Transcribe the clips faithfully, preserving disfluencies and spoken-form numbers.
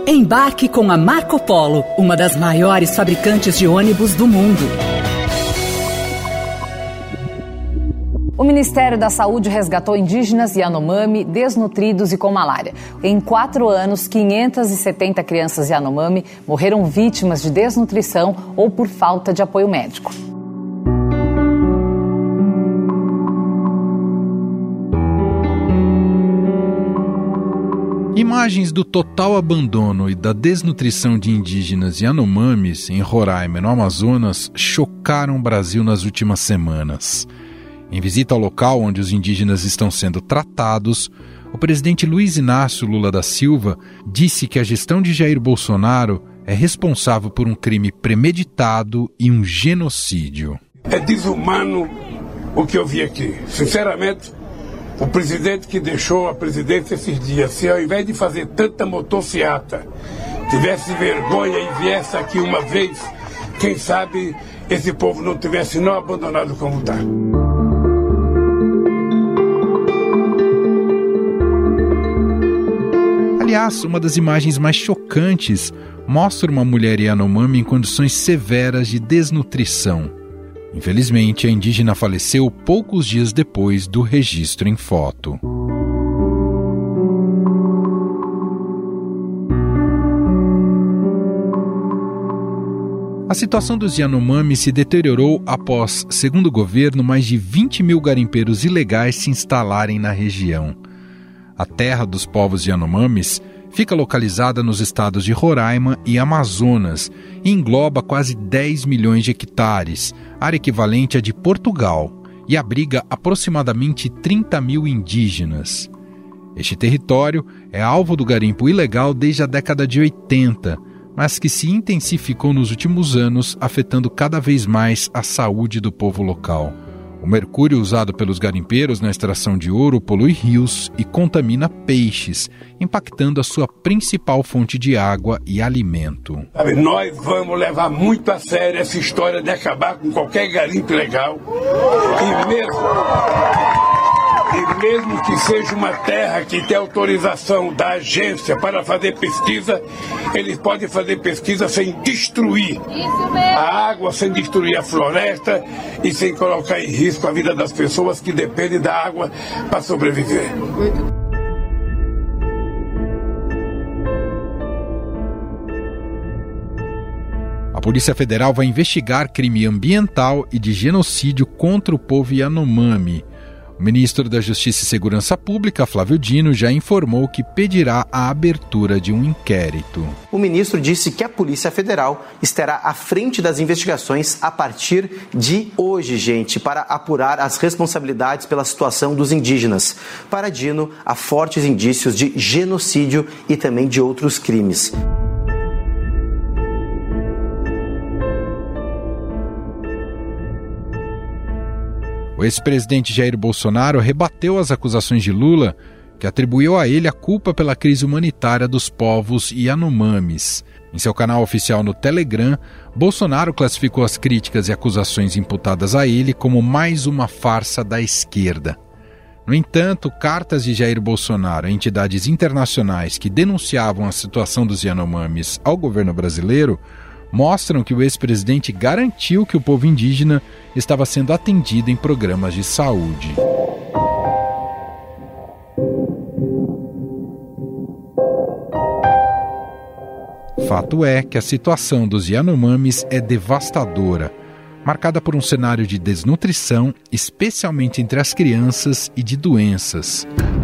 Embarque com a Marco Polo, uma das maiores fabricantes de ônibus do mundo. O Ministério da Saúde resgatou indígenas Yanomami desnutridos e com malária. Em quatro anos, quinhentas e setenta crianças Yanomami morreram vítimas de desnutrição ou por falta de apoio médico. Imagens do total abandono e da desnutrição de indígenas Yanomamis em Roraima, no Amazonas, chocaram o Brasil nas últimas semanas. Em visita ao local onde os indígenas estão sendo tratados, o presidente Luiz Inácio Lula da Silva disse que a gestão de Jair Bolsonaro é responsável por um crime premeditado e um genocídio. É desumano o que eu vi aqui. Sinceramente, o presidente que deixou a presidência esses dias, se ao invés de fazer tanta motociata, tivesse vergonha e viesse aqui uma vez, quem sabe esse povo não tivesse não abandonado como está. Aliás, uma das imagens mais chocantes mostra uma mulher Yanomami em condições severas de desnutrição. Infelizmente, a indígena faleceu poucos dias depois do registro em foto. A situação dos Yanomami se deteriorou após, segundo o governo, mais de vinte mil garimpeiros ilegais se instalarem na região. A terra dos povos Yanomamis fica localizada nos estados de Roraima e Amazonas e engloba quase dez milhões de hectares, área equivalente à de Portugal, e abriga aproximadamente trinta mil indígenas. Este território é alvo do garimpo ilegal desde a década de oitenta, mas que se intensificou nos últimos anos, afetando cada vez mais a saúde do povo local. O mercúrio usado pelos garimpeiros na extração de ouro polui rios e contamina peixes, impactando a sua principal fonte de água e alimento. Sabe, nós vamos levar muito a sério essa história de acabar com qualquer garimpo ilegal. E mesmo, e mesmo que seja uma terra que tem autorização da agência para fazer pesquisa, eles podem fazer pesquisa sem destruir a água, sem destruir a floresta e sem colocar em risco a vida das pessoas que dependem da água para sobreviver. A Polícia Federal vai investigar crime ambiental e de genocídio contra o povo Yanomami. O ministro da Justiça e Segurança Pública, Flávio Dino, já informou que pedirá a abertura de um inquérito. O ministro disse que a Polícia Federal estará à frente das investigações a partir de hoje, gente, para apurar as responsabilidades pela situação dos indígenas. Para Dino, há fortes indícios de genocídio e também de outros crimes. O ex-presidente Jair Bolsonaro rebateu as acusações de Lula, que atribuiu a ele a culpa pela crise humanitária dos povos Yanomamis. Em seu canal oficial no Telegram, Bolsonaro classificou as críticas e acusações imputadas a ele como mais uma farsa da esquerda. No entanto, cartas de Jair Bolsonaro a entidades internacionais que denunciavam a situação dos Yanomamis ao governo brasileiro mostram que o ex-presidente garantiu que o povo indígena estava sendo atendido em programas de saúde. Fato é que a situação dos Yanomamis é devastadora, marcada por um cenário de desnutrição, especialmente entre as crianças, e de doenças.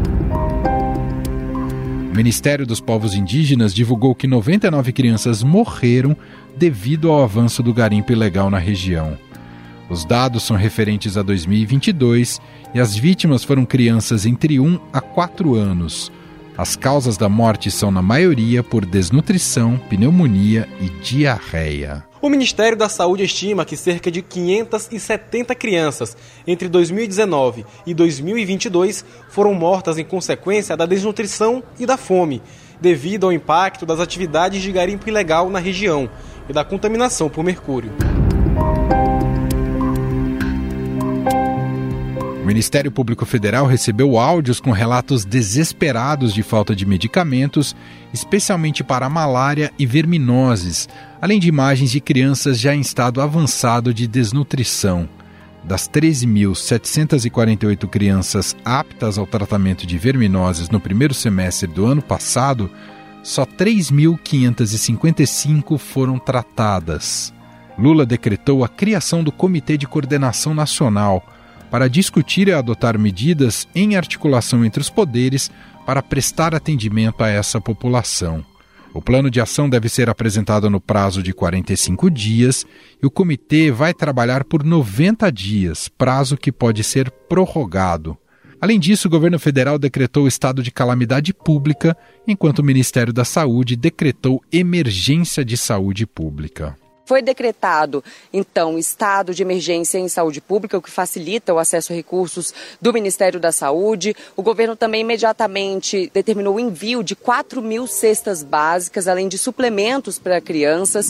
O Ministério dos Povos Indígenas divulgou que noventa e nove crianças morreram devido ao avanço do garimpo ilegal na região. Os dados são referentes a dois mil e vinte e dois e as vítimas foram crianças entre um a quatro anos. As causas da morte são, na maioria, por desnutrição, pneumonia e diarreia. O Ministério da Saúde estima que cerca de quinhentas e setenta crianças entre dois mil e dezenove e dois mil e vinte e dois foram mortas em consequência da desnutrição e da fome, devido ao impacto das atividades de garimpo ilegal na região e da contaminação por mercúrio. O Ministério Público Federal recebeu áudios com relatos desesperados de falta de medicamentos, especialmente para malária e verminoses, além de imagens de crianças já em estado avançado de desnutrição. Das treze mil setecentas e quarenta e oito crianças aptas ao tratamento de verminoses no primeiro semestre do ano passado, só três mil quinhentas e cinquenta e cinco foram tratadas. Lula decretou a criação do Comitê de Coordenação Nacional para discutir e adotar medidas em articulação entre os poderes para prestar atendimento a essa população. O plano de ação deve ser apresentado no prazo de quarenta e cinco dias e o comitê vai trabalhar por noventa dias, prazo que pode ser prorrogado. Além disso, o governo federal decretou estado de calamidade pública, enquanto o Ministério da Saúde decretou emergência de saúde pública. Foi decretado, então, estado de emergência em saúde pública, o que facilita o acesso a recursos do Ministério da Saúde. O governo também imediatamente determinou o envio de quatro mil cestas básicas, além de suplementos para crianças.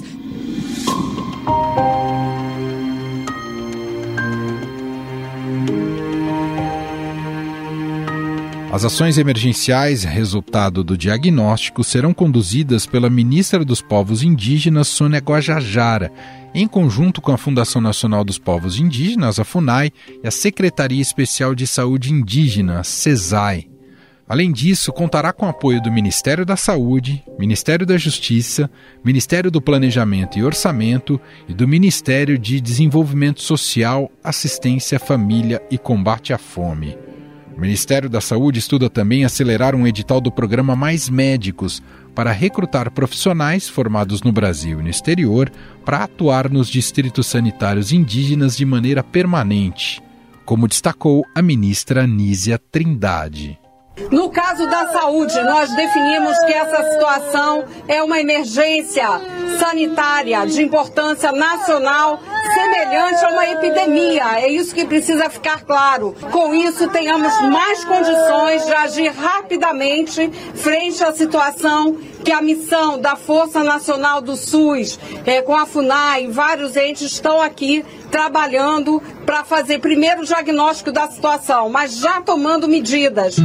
As ações emergenciais, resultado do diagnóstico, serão conduzidas pela ministra dos Povos Indígenas, Sônia Guajajara, em conjunto com a Fundação Nacional dos Povos Indígenas, a FUNAI, e a Secretaria Especial de Saúde Indígena, a SESAI. Além disso, contará com o apoio do Ministério da Saúde, Ministério da Justiça, Ministério do Planejamento e Orçamento e do Ministério de Desenvolvimento Social, Assistência à Família e Combate à Fome. O Ministério da Saúde estuda também acelerar um edital do programa Mais Médicos para recrutar profissionais formados no Brasil e no exterior para atuar nos distritos sanitários indígenas de maneira permanente, como destacou a ministra Anísia Trindade. No caso da saúde, nós definimos que essa situação é uma emergência sanitária de importância nacional, semelhante a uma epidemia. É isso que precisa ficar claro. Com isso, tenhamos mais condições de agir rapidamente frente à situação que a missão da Força Nacional do SUS, é, com a FUNAI e vários entes estão aqui trabalhando para fazer primeiro o diagnóstico da situação, mas já tomando medidas.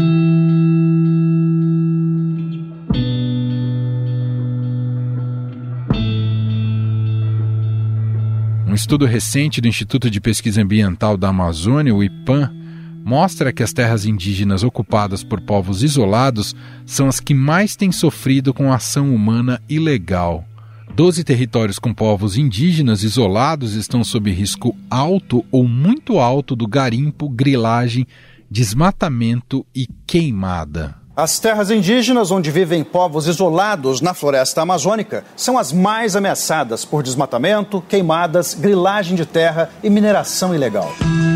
Um estudo recente do Instituto de Pesquisa Ambiental da Amazônia, o IPAM, mostra que as terras indígenas ocupadas por povos isolados são as que mais têm sofrido com a ação humana ilegal. Doze territórios com povos indígenas isolados estão sob risco alto ou muito alto do garimpo, grilagem, desmatamento e queimada. As terras indígenas, onde vivem povos isolados na floresta amazônica, são as mais ameaçadas por desmatamento, queimadas, grilagem de terra e mineração ilegal.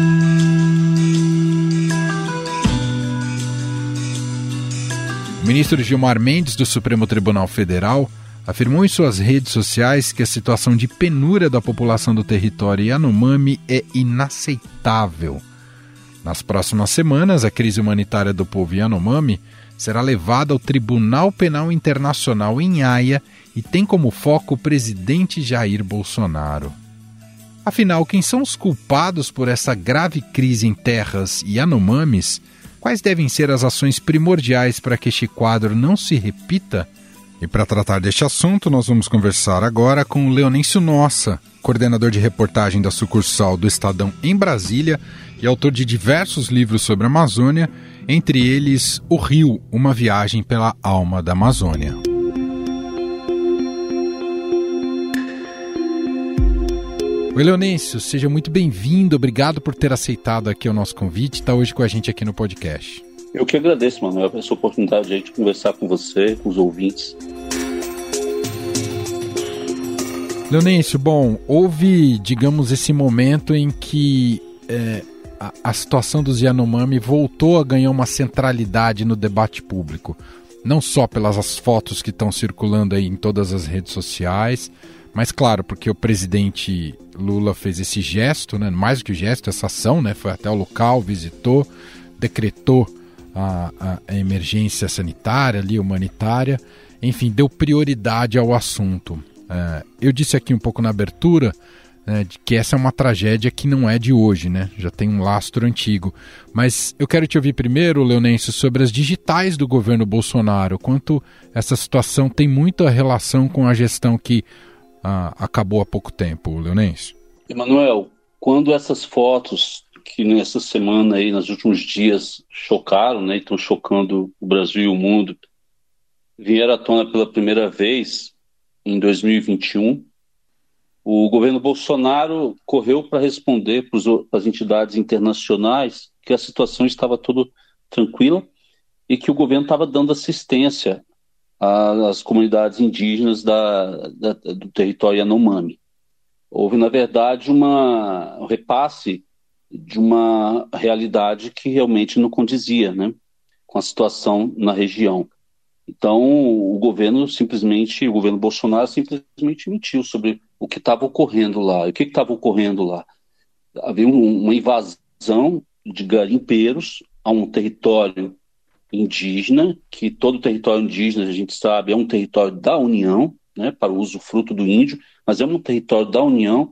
O ministro Gilmar Mendes, do Supremo Tribunal Federal, afirmou em suas redes sociais que a situação de penúria da população do território Yanomami é inaceitável. Nas próximas semanas, a crise humanitária do povo Yanomami será levada ao Tribunal Penal Internacional em Haia e tem como foco o presidente Jair Bolsonaro. Afinal, quem são os culpados por essa grave crise em terras Yanomamis? Quais devem ser as ações primordiais para que este quadro não se repita? E para tratar deste assunto, nós vamos conversar agora com o Leonêncio Nossa, coordenador de reportagem da sucursal do Estadão em Brasília e autor de diversos livros sobre a Amazônia, entre eles O Rio, uma viagem pela alma da Amazônia. Oi, Leonêncio, seja muito bem-vindo, obrigado por ter aceitado aqui o nosso convite, está hoje com a gente aqui no podcast. Eu que agradeço, Manuel, essa oportunidade de conversar com você, com os ouvintes. Leonêncio, bom, houve, digamos, esse momento em que é, a, a situação dos Yanomami voltou a ganhar uma centralidade no debate público, não só pelas fotos que estão circulando aí em todas as redes sociais, mas claro, porque o presidente Lula fez esse gesto, né, mais do que o gesto, essa ação, né, foi até o local, visitou, decretou a, a, a emergência sanitária, ali, humanitária, enfim, deu prioridade ao assunto. Uh, eu disse aqui um pouco na abertura, né, de que essa é uma tragédia que não é de hoje, né? Já tem um lastro antigo. Mas eu quero te ouvir primeiro, Leonêncio, sobre as digitais do governo Bolsonaro. Quanto essa situação tem muita relação com a gestão que ah, acabou há pouco tempo, Leonêncio? Emanuel, quando essas fotos que nessa semana aí, nos últimos dias, chocaram, né, e estão chocando o Brasil e o mundo, vieram à tona pela primeira vez em dois mil e vinte e um, o governo Bolsonaro correu para responder para as entidades internacionais que a situação estava toda tranquila e que o governo estava dando assistência às comunidades indígenas da, da, do território Yanomami. Houve, na verdade, uma, um repasse de uma realidade que realmente não condizia, né, com a situação na região. Então, o governo simplesmente, o governo Bolsonaro simplesmente mentiu sobre o que estava ocorrendo lá. E o que estava ocorrendo lá? Havia um, uma invasão de garimpeiros a um território indígena, que todo território indígena, a gente sabe, é um território da União, né, para o usufruto do índio, mas é um território da União,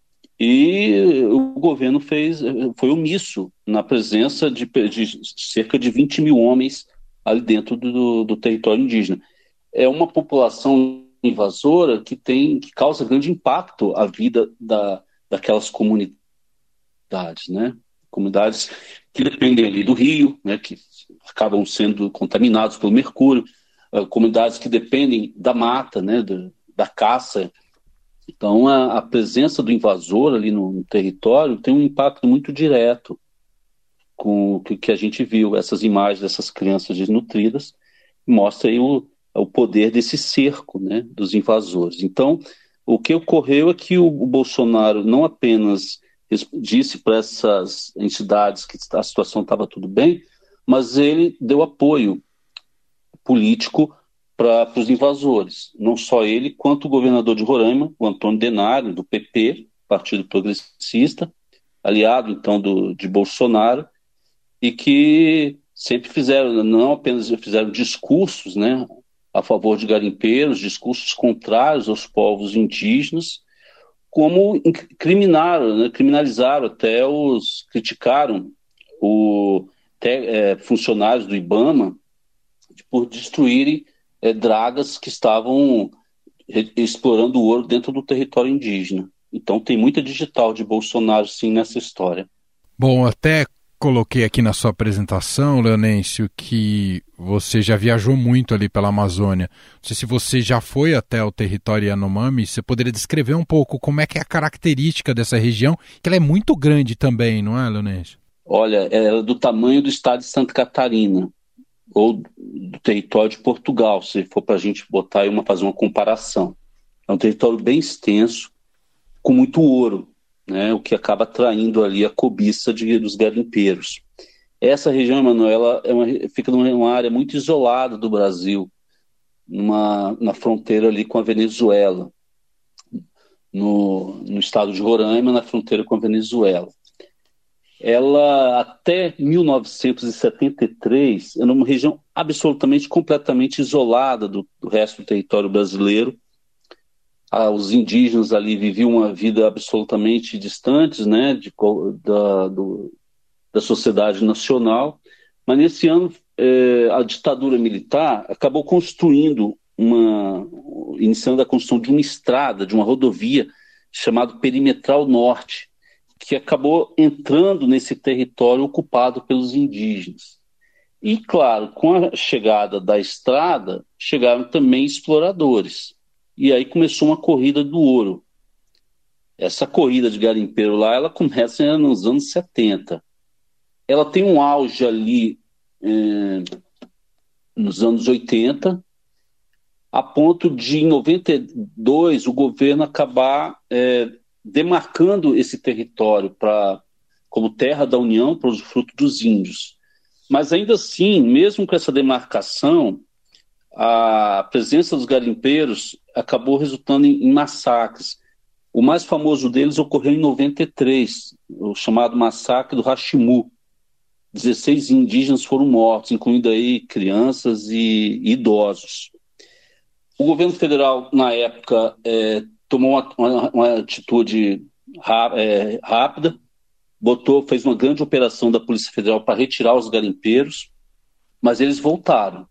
e o governo fez, foi omisso na presença de, de cerca de vinte mil homens ali dentro do, do território indígena. É uma população invasora que, tem, que causa grande impacto à vida da, daquelas comunidades, né? Comunidades que dependem ali do rio, né? Que acabam sendo contaminados pelo mercúrio, uh, comunidades que dependem da mata, né? Da, da caça. Então, a, a presença do invasor ali no, no território tem um impacto muito direto com o que, que a gente viu, essas imagens dessas crianças desnutridas, mostra aí o, o poder desse cerco, né, dos invasores. Então, o que ocorreu é que o, o Bolsonaro não apenas disse para essas entidades que a situação estava tudo bem, mas ele deu apoio político para os invasores. Não só ele, quanto o governador de Roraima, o Antônio Denário, do P P, Partido Progressista, aliado, então, do, de Bolsonaro, e que sempre fizeram, não apenas fizeram discursos, né, a favor de garimpeiros, discursos contrários aos povos indígenas, como criminaram, né, criminalizaram até os, criticaram o, até, é, funcionários do IBAMA por destruírem é, dragas que estavam re, explorando o ouro dentro do território indígena. Então tem muita digital de Bolsonaro, sim, nessa história. Bom, até coloquei aqui na sua apresentação, Leonêncio, que você já viajou muito ali pela Amazônia. Não sei se você já foi até o território Yanomami, você poderia descrever um pouco como é que é a característica dessa região, que ela é muito grande também, não é, Leonêncio? Olha, é do tamanho do estado de Santa Catarina, ou do território de Portugal, se for para a gente botar aí uma, fazer uma comparação. É um território bem extenso, com muito ouro, né, o que acaba atraindo ali a cobiça de, dos garimpeiros. Essa região, Emanuel, é uma, fica numa área muito isolada do Brasil, numa, na fronteira ali com a Venezuela, no, no estado de Roraima, na fronteira com a Venezuela. Ela, até mil novecentos e setenta e três, era uma região absolutamente, completamente isolada do, do resto do território brasileiro. Ah, os indígenas ali viviam uma vida absolutamente distantes, né, de, da, do, da sociedade nacional, mas nesse ano eh, a ditadura militar acabou construindo uma, iniciando a construção de uma estrada, de uma rodovia chamada Perimetral Norte, que acabou entrando nesse território ocupado pelos indígenas. E, claro, com a chegada da estrada, chegaram também exploradores. E aí começou uma corrida do ouro. Essa corrida de garimpeiro lá, ela começa nos anos setenta. Ela tem um auge ali eh, nos anos oitenta, a ponto de, em noventa e dois, o governo acabar eh, demarcando esse território pra, como terra da União para o usufruto dos índios. Mas ainda assim, mesmo com essa demarcação, a presença dos garimpeiros acabou resultando em, em massacres. O mais famoso deles ocorreu em noventa e três, o chamado massacre do Rachimu. dezesseis indígenas foram mortos, incluindo aí crianças e, e idosos. O governo federal, na época, é, tomou uma, uma, uma atitude é, rápida, botou, fez uma grande operação da Polícia Federal para retirar os garimpeiros, mas eles voltaram.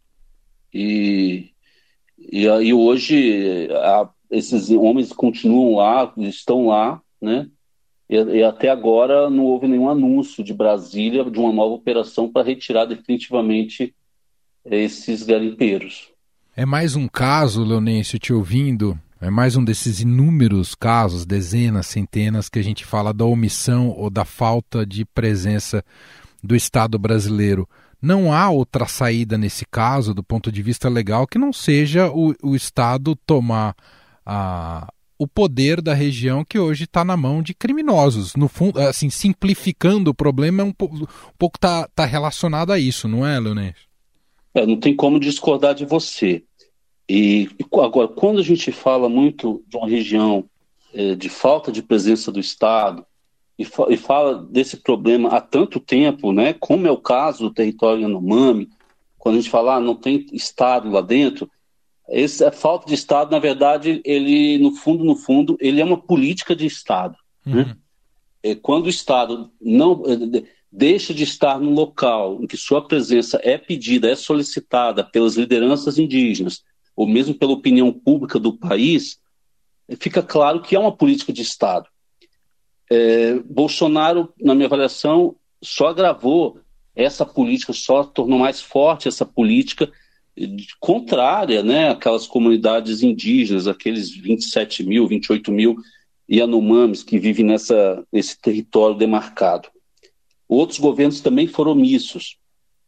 E, e, e hoje a, esses homens continuam lá, estão lá, né? E, e até agora não houve nenhum anúncio de Brasília de uma nova operação para retirar definitivamente esses garimpeiros. É mais um caso, Leonêncio, te ouvindo, é mais um desses inúmeros casos, dezenas, centenas, que a gente fala da omissão ou da falta de presença do Estado brasileiro. Não há outra saída nesse caso, do ponto de vista legal, que não seja o, o Estado tomar a, o poder da região que hoje está na mão de criminosos. No fundo, assim, simplificando o problema, é um, po, um pouco está tá relacionado a isso, não é, Leonêncio? É, não tem como discordar de você. E agora, quando a gente fala muito de uma região é, de falta de presença do Estado, e, fa- e fala desse problema há tanto tempo, né, como é o caso do território Yanomami, quando a gente fala, ah, não tem Estado lá dentro, essa falta de Estado, na verdade, ele, no fundo, no fundo, ele é uma política de Estado. Uhum. Né? É, quando o Estado não deixa de estar num local em que sua presença é pedida, é solicitada pelas lideranças indígenas, ou mesmo pela opinião pública do país, fica claro que é uma política de Estado. É, Bolsonaro, na minha avaliação, só agravou essa política, só tornou mais forte essa política contrária, né, àquelas comunidades indígenas, aqueles vinte e sete mil, vinte e oito mil Yanomamis que vivem nessa, nesse território demarcado. Outros governos também foram omissos.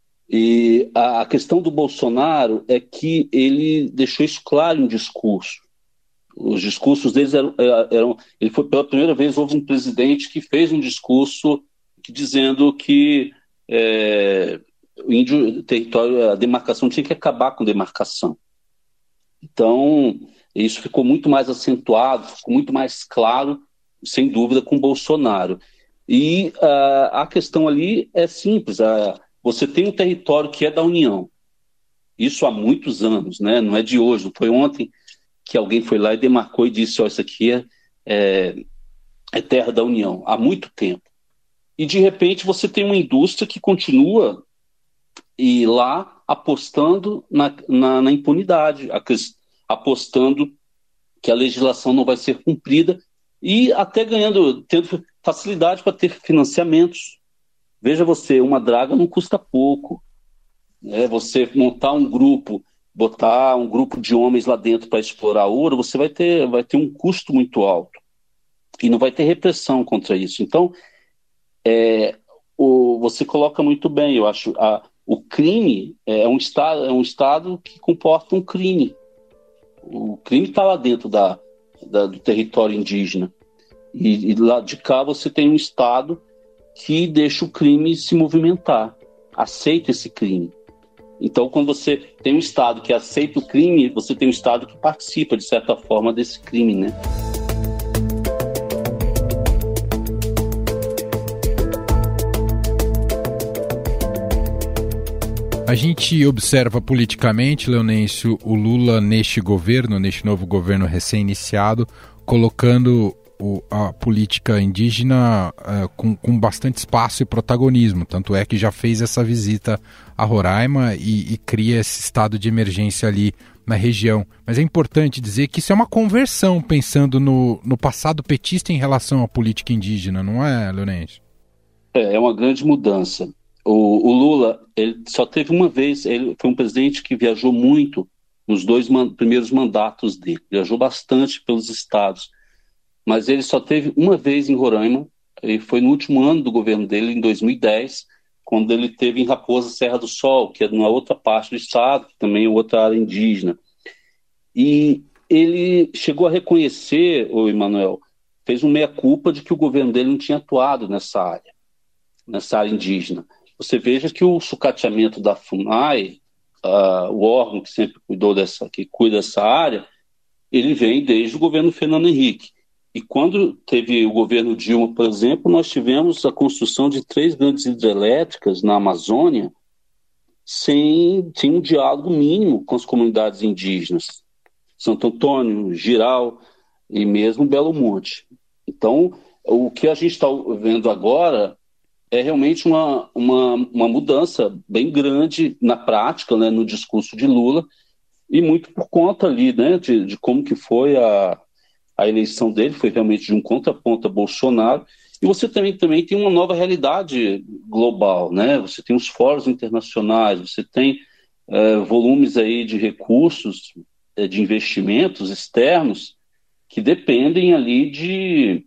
E a, a questão do Bolsonaro é que ele deixou isso claro em discurso. Os discursos deles eram, eram... Ele foi, pela primeira vez, houve um presidente que fez um discurso que, dizendo que é, o índio, território, a demarcação tinha que acabar com demarcação. Então, isso ficou muito mais acentuado, ficou muito mais claro, sem dúvida, com o Bolsonaro. E uh, a questão ali é simples. Uh, você tem um território que é da União. Isso há muitos anos, né? Não é de hoje, não foi ontem que alguém foi lá e demarcou e disse, ó, isso aqui é, é, é terra da União, há muito tempo. E, de repente, você tem uma indústria que continua e lá apostando na, na, na impunidade, apostando que a legislação não vai ser cumprida e até ganhando, tendo facilidade para ter financiamentos. Veja você, uma draga não custa pouco. Né? Você montar um grupo, botar um grupo de homens lá dentro para explorar ouro, você vai ter, vai ter um custo muito alto. E não vai ter repressão contra isso. Então, é, o, você coloca muito bem, eu acho, a, o crime é um, estado, é um estado que comporta um crime. O crime está lá dentro da, da, do território indígena. E, e lá de cá você tem um estado que deixa o crime se movimentar, aceita esse crime. Então, quando você tem um estado que aceita o crime, você tem um estado que participa, de certa forma, desse crime, né? A gente observa politicamente, Leonêncio, o Lula neste governo, neste novo governo recém-iniciado, colocando o, a política indígena uh, com, com bastante espaço e protagonismo. Tanto é que já fez essa visita a Roraima e, e cria esse estado de emergência ali na região. Mas é importante dizer que isso é uma conversão, pensando no, no passado petista em relação à política indígena, não é, Leonêncio? É, é uma grande mudança. O, o Lula, ele só teve uma vez, ele foi um presidente que viajou muito nos dois man, primeiros mandatos dele, viajou bastante pelos estados, mas ele só teve uma vez em Roraima, e foi no último ano do governo dele, em dois mil e dez, quando ele teve em Raposa Serra do Sol, que é numa outra parte do estado, que também é outra área indígena. E ele chegou a reconhecer, o Emanuel, fez um meia-culpa de que o governo dele não tinha atuado nessa área, nessa área indígena. Você veja que o sucateamento da FUNAI, uh, o órgão que sempre cuidou dessa, que cuida dessa área, ele vem desde o governo Fernando Henrique. E quando teve o governo Dilma, por exemplo, nós tivemos a construção de três grandes hidrelétricas na Amazônia sem, sem um diálogo mínimo com as comunidades indígenas. Santo Antônio, Giral e mesmo Belo Monte. Então, o que a gente está vendo agora é realmente uma, uma, uma mudança bem grande na prática, né, no discurso de Lula, e muito por conta ali, né, de, de como que foi a, a eleição dele, foi realmente de um contraponto a Bolsonaro. E você também, também tem uma nova realidade global, né? Você tem os fóruns internacionais, você tem é, volumes aí de recursos, é, de investimentos externos que dependem ali de...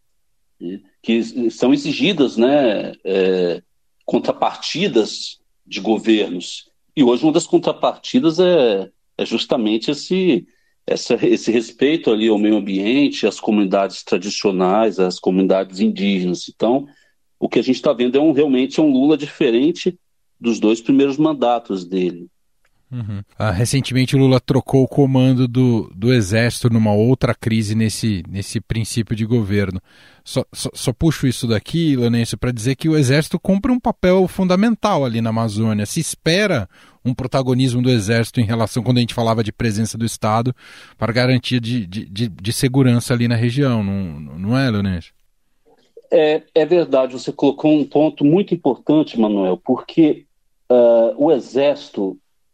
que são exigidas, né, é, contrapartidas de governos. E hoje uma das contrapartidas é, é justamente esse... Essa, esse respeito ali ao meio ambiente, às comunidades tradicionais, às comunidades indígenas. Então, o que a gente está vendo é um, realmente é um Lula diferente dos dois primeiros mandatos dele. Uhum. Ah, recentemente o Lula trocou o comando do, do Exército numa outra crise nesse, nesse princípio de governo. Só, só, só puxo isso daqui, Leonêncio, para dizer que o Exército cumpre um papel fundamental ali na Amazônia. Se espera um protagonismo do Exército em relação, quando a gente falava de presença do Estado, para garantia de, de, de, de segurança ali na região, não, não é, Leonêncio? É, é verdade, você colocou um ponto muito importante, Manuel, porque uh, o Exército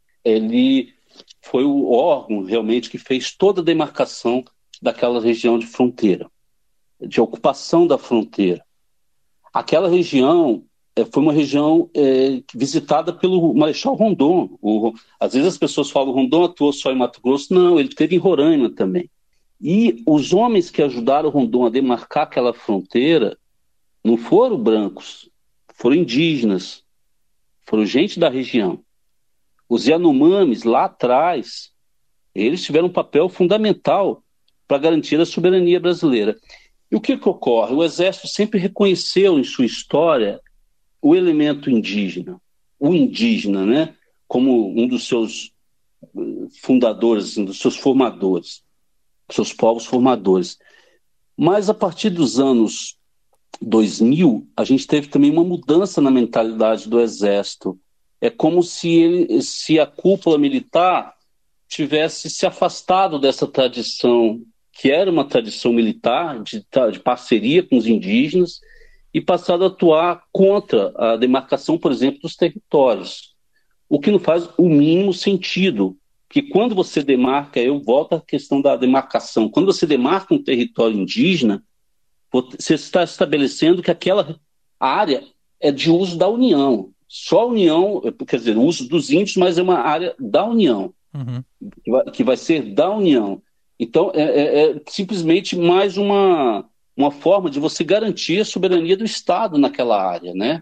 ele foi o órgão realmente que fez toda a demarcação daquela região de fronteira, de ocupação da fronteira. Aquela região é, foi uma região é, visitada pelo Marechal Rondon. O, às vezes as pessoas falam Rondon atuou só em Mato Grosso. Não, ele esteve em Roraima também. E os homens que ajudaram Rondon a demarcar aquela fronteira não foram brancos, foram indígenas, foram gente da região. Os Yanomamis, lá atrás, eles tiveram um papel fundamental para garantir a soberania brasileira. E o que, que ocorre? O Exército sempre reconheceu em sua história o elemento indígena, o indígena, né, como um dos seus fundadores, um dos seus formadores, seus povos formadores. Mas a partir dos anos dois mil, a gente teve também uma mudança na mentalidade do Exército. É como se, ele, se a cúpula militar tivesse se afastado dessa tradição, que era uma tradição militar, de, de parceria com os indígenas, e passado a atuar contra a demarcação, por exemplo, dos territórios. O que não faz o mínimo sentido, porque quando você demarca, eu volto à questão da demarcação, quando você demarca um território indígena, você está estabelecendo que aquela área é de uso da União. Só a União, quer dizer, o uso dos índios, mas é uma área da União, uhum. que, vai, que vai ser da União. Então, é, é, é simplesmente mais uma, uma forma de você garantir a soberania do Estado naquela área, né?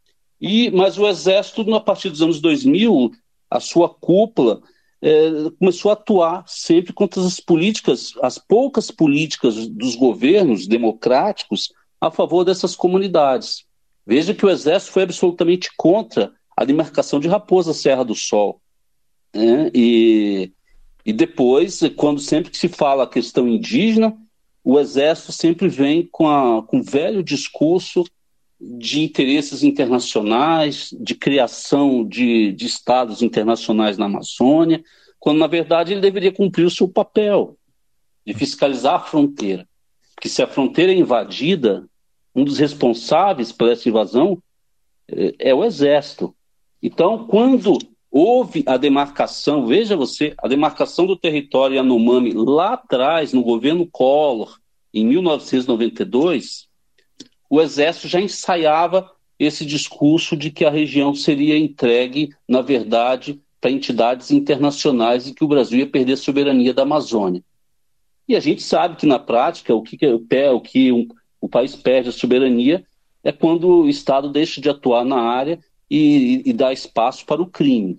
E, mas o Exército, a partir dos anos dois mil, a sua cúpula é, começou a atuar sempre contra as políticas, as poucas políticas dos governos democráticos a favor dessas comunidades. Veja que o Exército foi absolutamente contra a demarcação de Raposa Serra do Sol. Né? E, e depois, quando sempre que se fala a questão indígena, o Exército sempre vem com, a, com o velho discurso de interesses internacionais, de criação de, de estados internacionais na Amazônia, quando, na verdade, ele deveria cumprir o seu papel de fiscalizar a fronteira. Porque se a fronteira é invadida, um dos responsáveis por essa invasão é, é o Exército. Então, quando houve a demarcação, veja você, a demarcação do território Yanomami lá atrás, no governo Collor, em mil novecentos e noventa e dois, o Exército já ensaiava esse discurso de que a região seria entregue, na verdade, para entidades internacionais e que o Brasil ia perder a soberania da Amazônia. E a gente sabe que, na prática, o que, o que um, o país perde a soberania é quando o Estado deixa de atuar na área e, e dá espaço para o crime.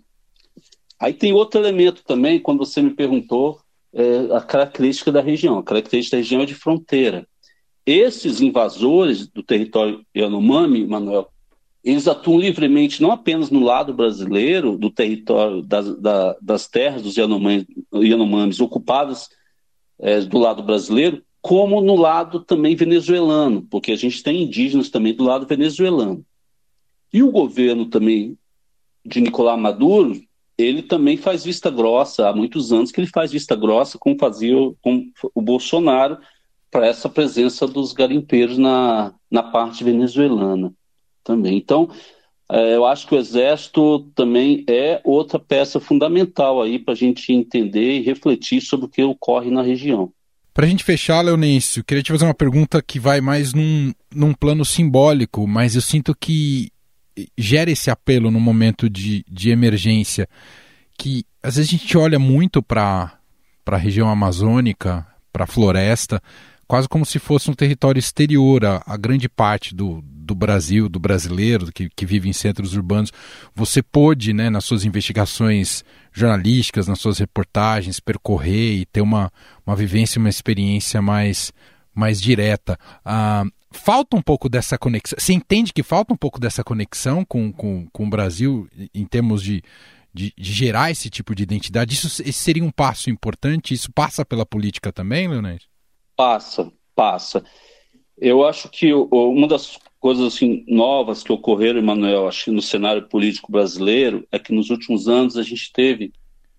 Aí tem outro elemento também, quando você me perguntou é, a característica da região. A característica da região é de fronteira. Esses invasores do território Yanomami, Manuel, eles atuam livremente não apenas no lado brasileiro, do território das, da, das terras dos Yanomamis, Yanomamis ocupadas é, do lado brasileiro, como no lado também venezuelano, porque a gente tem indígenas também do lado venezuelano. E o governo também de Nicolás Maduro, ele também faz vista grossa, há muitos anos que ele faz vista grossa, como fazia com o Bolsonaro, para essa presença dos garimpeiros na, na parte venezuelana também. Então, é, eu acho que o Exército também é outra peça fundamental aí para a gente entender e refletir sobre o que ocorre na região. Para a gente fechar, Leonêncio, queria te fazer uma pergunta que vai mais num, num plano simbólico, mas eu sinto que gera esse apelo no momento de, de emergência, que às vezes a gente olha muito para a região amazônica, para a floresta, quase como se fosse um território exterior a, a grande parte do, do Brasil, do brasileiro que, que vive em centros urbanos. Você pôde, né, nas suas investigações jornalísticas, nas suas reportagens, percorrer e ter uma, uma vivência, uma experiência mais, mais direta. Ah, falta um pouco dessa conexão. Você entende que falta um pouco dessa conexão com, com, com o Brasil em termos de, de, de gerar esse tipo de identidade? Isso esse seria um passo importante? Isso passa pela política também, Leonês? Passa, passa. Eu acho que uma das coisas assim, novas que ocorreram, Emanuel, acho que no cenário político brasileiro, é que nos últimos anos a gente teve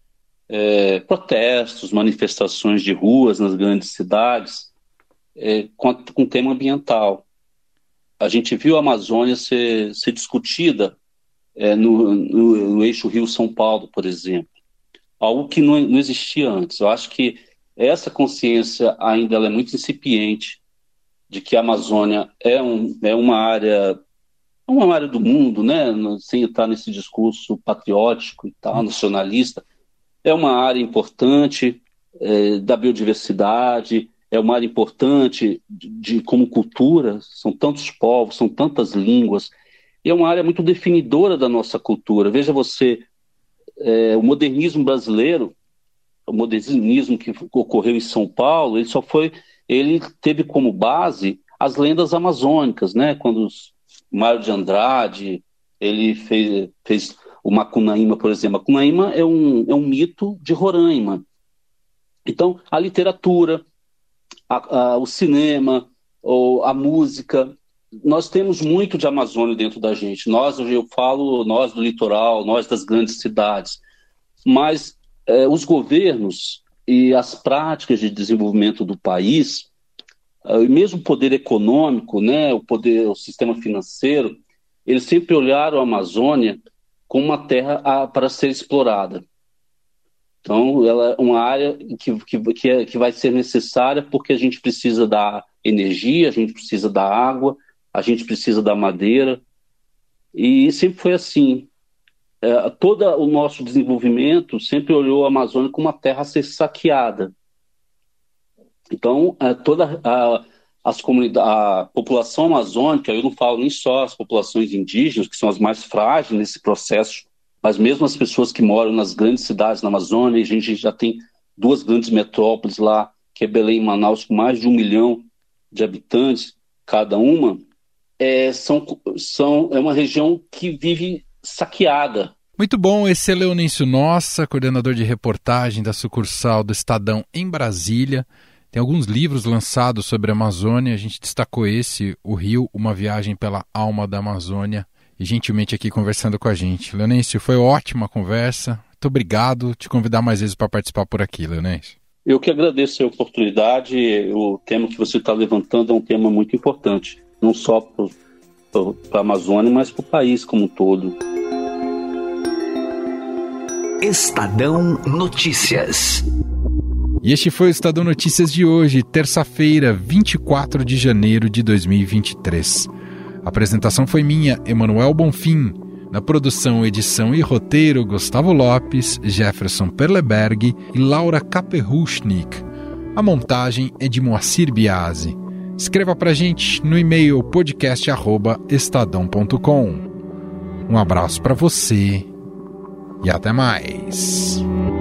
é, protestos, manifestações de ruas nas grandes cidades é, com, com tema ambiental. A gente viu a Amazônia ser, ser discutida é, no, no, no eixo Rio-São Paulo, por exemplo. Algo que não, não existia antes. Eu acho que essa consciência ainda ela é muito incipiente de que a Amazônia é, um, é uma área uma área do mundo, né? Sem estar nesse discurso patriótico e tal, nacionalista. É uma área importante é, da biodiversidade, é uma área importante de, de, como cultura, são tantos povos, são tantas línguas, e é uma área muito definidora da nossa cultura. Veja você, é, o modernismo brasileiro, o modernismo que ocorreu em São Paulo, ele só foi, ele teve como base as lendas amazônicas, né? Quando Mário de Andrade, ele fez, fez o Macunaíma, por exemplo. Macunaíma é um, é um mito de Roraima. Então, a literatura, a, a, o cinema, ou a música, nós temos muito de Amazônia dentro da gente. Nós, eu falo, nós do litoral, nós das grandes cidades. Mas Eh, os governos e as práticas de desenvolvimento do país, eh, e mesmo o poder econômico, né, o poder, o sistema financeiro, eles sempre olharam a Amazônia como uma terra a, para ser explorada. Então, ela é uma área que, que, que, é, que vai ser necessária porque a gente precisa da energia, a gente precisa da água, a gente precisa da madeira, e sempre foi assim. É, todo o nosso desenvolvimento sempre olhou a Amazônia como uma terra a ser saqueada. Então, é, toda a, as comunidades, a população amazônica, eu não falo nem só as populações indígenas, que são as mais frágeis nesse processo, mas mesmo as pessoas que moram nas grandes cidades na Amazônia, a gente já tem duas grandes metrópoles lá, que é Belém e Manaus, com mais de um milhão de habitantes cada uma, é, são, são, é uma região que vive saqueada. Muito bom, esse é Leonêncio Nossa, coordenador de reportagem da sucursal do Estadão em Brasília. Tem alguns livros lançados sobre a Amazônia, a gente destacou esse, O Rio, Uma Viagem pela Alma da Amazônia, e gentilmente aqui conversando com a gente. Leonêncio, foi ótima a conversa, muito obrigado, te convidar mais vezes para participar por aqui, Leonêncio. Eu que agradeço a oportunidade, o tema que você está levantando é um tema muito importante, não só para a Amazônia, mas para o país como um todo. Estadão Notícias. E este foi o Estadão Notícias de hoje, terça-feira, vinte e quatro de janeiro de dois mil e vinte e três. A apresentação foi minha, Emanuel Bonfim. Na produção, edição e roteiro, Gustavo Lopes, Jefferson Perleberg e Laura Kaperushnik. A montagem é de Moacir Biasi. Escreva pra gente no e-mail podcast arroba estadão ponto com. Um abraço para você e até mais.